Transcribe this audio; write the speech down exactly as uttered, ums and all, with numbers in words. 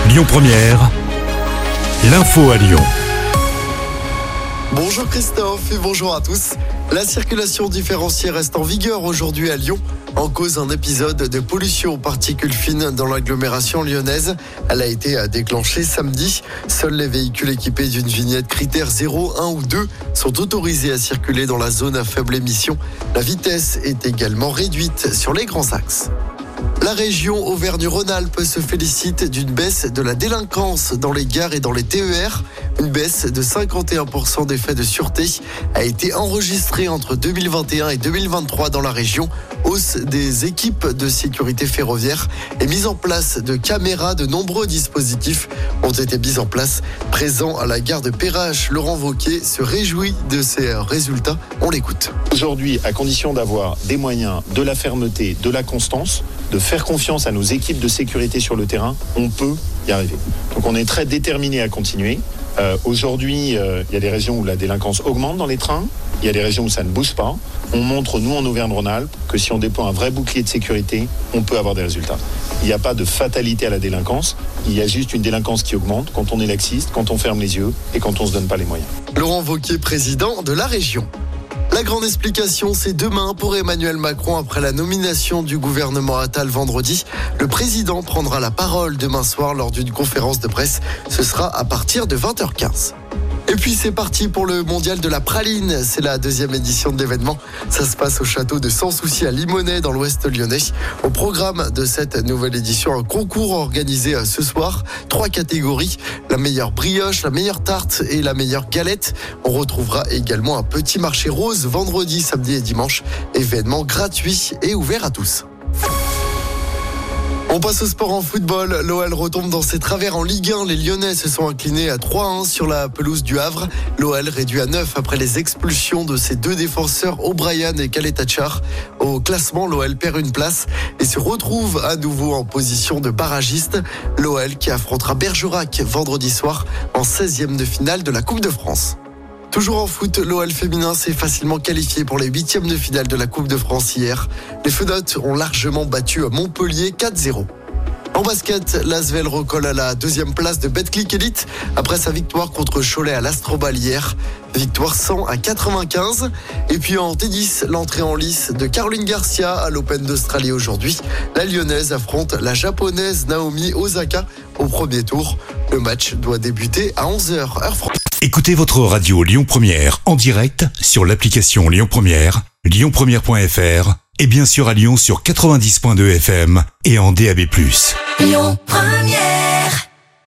Lyon Première, l'info à Lyon. Bonjour Christophe et bonjour à tous. La circulation différenciée reste en vigueur aujourd'hui à Lyon. En cause un épisode de pollution aux particules fines dans l'agglomération lyonnaise. Elle a été déclenchée samedi. Seuls les véhicules équipés d'une vignette critère zéro, un ou deux sont autorisés à circuler dans la zone à faible émission. La vitesse est également réduite sur les grands axes. La région Auvergne-Rhône-Alpes se félicite d'une baisse de la délinquance dans les gares et dans les T E R. Une baisse de cinquante et un pour cent des faits de sûreté a été enregistrée entre deux mille vingt et un et deux mille vingt-trois dans la région. Hausse des équipes de sécurité ferroviaire et mise en place de caméras. De nombreux dispositifs ont été mis en place. Présent à la gare de Perrache, Laurent Wauquiez se réjouit de ces résultats. On l'écoute. Aujourd'hui, à condition d'avoir des moyens, de la fermeté, de la constance, de faire confiance à nos équipes de sécurité sur le terrain, on peut y arriver. Donc on est très déterminés à continuer. Euh, aujourd'hui, euh, il y a des régions où la délinquance augmente dans les trains. Il y a des régions où ça ne bouge pas. On montre, nous, en Auvergne-Rhône-Alpes, que si on déploie un vrai bouclier de sécurité, on peut avoir des résultats. Il n'y a pas de fatalité à la délinquance. Il y a juste une délinquance qui augmente quand on est laxiste, quand on ferme les yeux et quand on ne se donne pas les moyens. Laurent Wauquiez, président de la région. La grande explication, c'est demain pour Emmanuel Macron après la nomination du gouvernement Attal vendredi. Le président prendra la parole demain soir lors d'une conférence de presse. Ce sera à partir de vingt heures quinze. Et puis c'est parti pour le mondial de la praline. C'est la deuxième édition de l'événement. Ça se passe au château de Sans Souci à Limonest dans l'ouest lyonnais. Au programme de cette nouvelle édition, un concours organisé ce soir. Trois catégories, la meilleure brioche, la meilleure tarte et la meilleure galette. On retrouvera également un petit marché rose vendredi, samedi et dimanche. Événement gratuit et ouvert à tous. On passe au sport en football. L'O L retombe dans ses travers en Ligue un. Les Lyonnais se sont inclinés à trois un sur la pelouse du Havre. L'O L réduit à neuf après les expulsions de ses deux défenseurs, O'Brien et Kaletachar. Au classement, l'O L perd une place et se retrouve à nouveau en position de barragiste. L'O L qui affrontera Bergerac vendredi soir en seizième de finale de la Coupe de France. Toujours en foot, l'O L féminin s'est facilement qualifié pour les huitièmes de finale de la Coupe de France hier. Les Fenotes ont largement battu Montpellier quatre zéro. En basket, l'Asvel recolle à la deuxième place de Betclic Elite après sa victoire contre Cholet à l'Astrobal hier. Victoire cent à quatre-vingt-quinze. Et puis en tennis, l'entrée en lice de Caroline Garcia à l'Open d'Australie aujourd'hui. La Lyonnaise affronte la Japonaise Naomi Osaka au premier tour. Le match doit débuter à onze heures, heure française. Écoutez votre radio Lyon Première en direct sur l'application Lyon Première, lyon première point f r et bien sûr à Lyon sur quatre-vingt-dix virgule deux F M et en D A B plus. Lyon Première.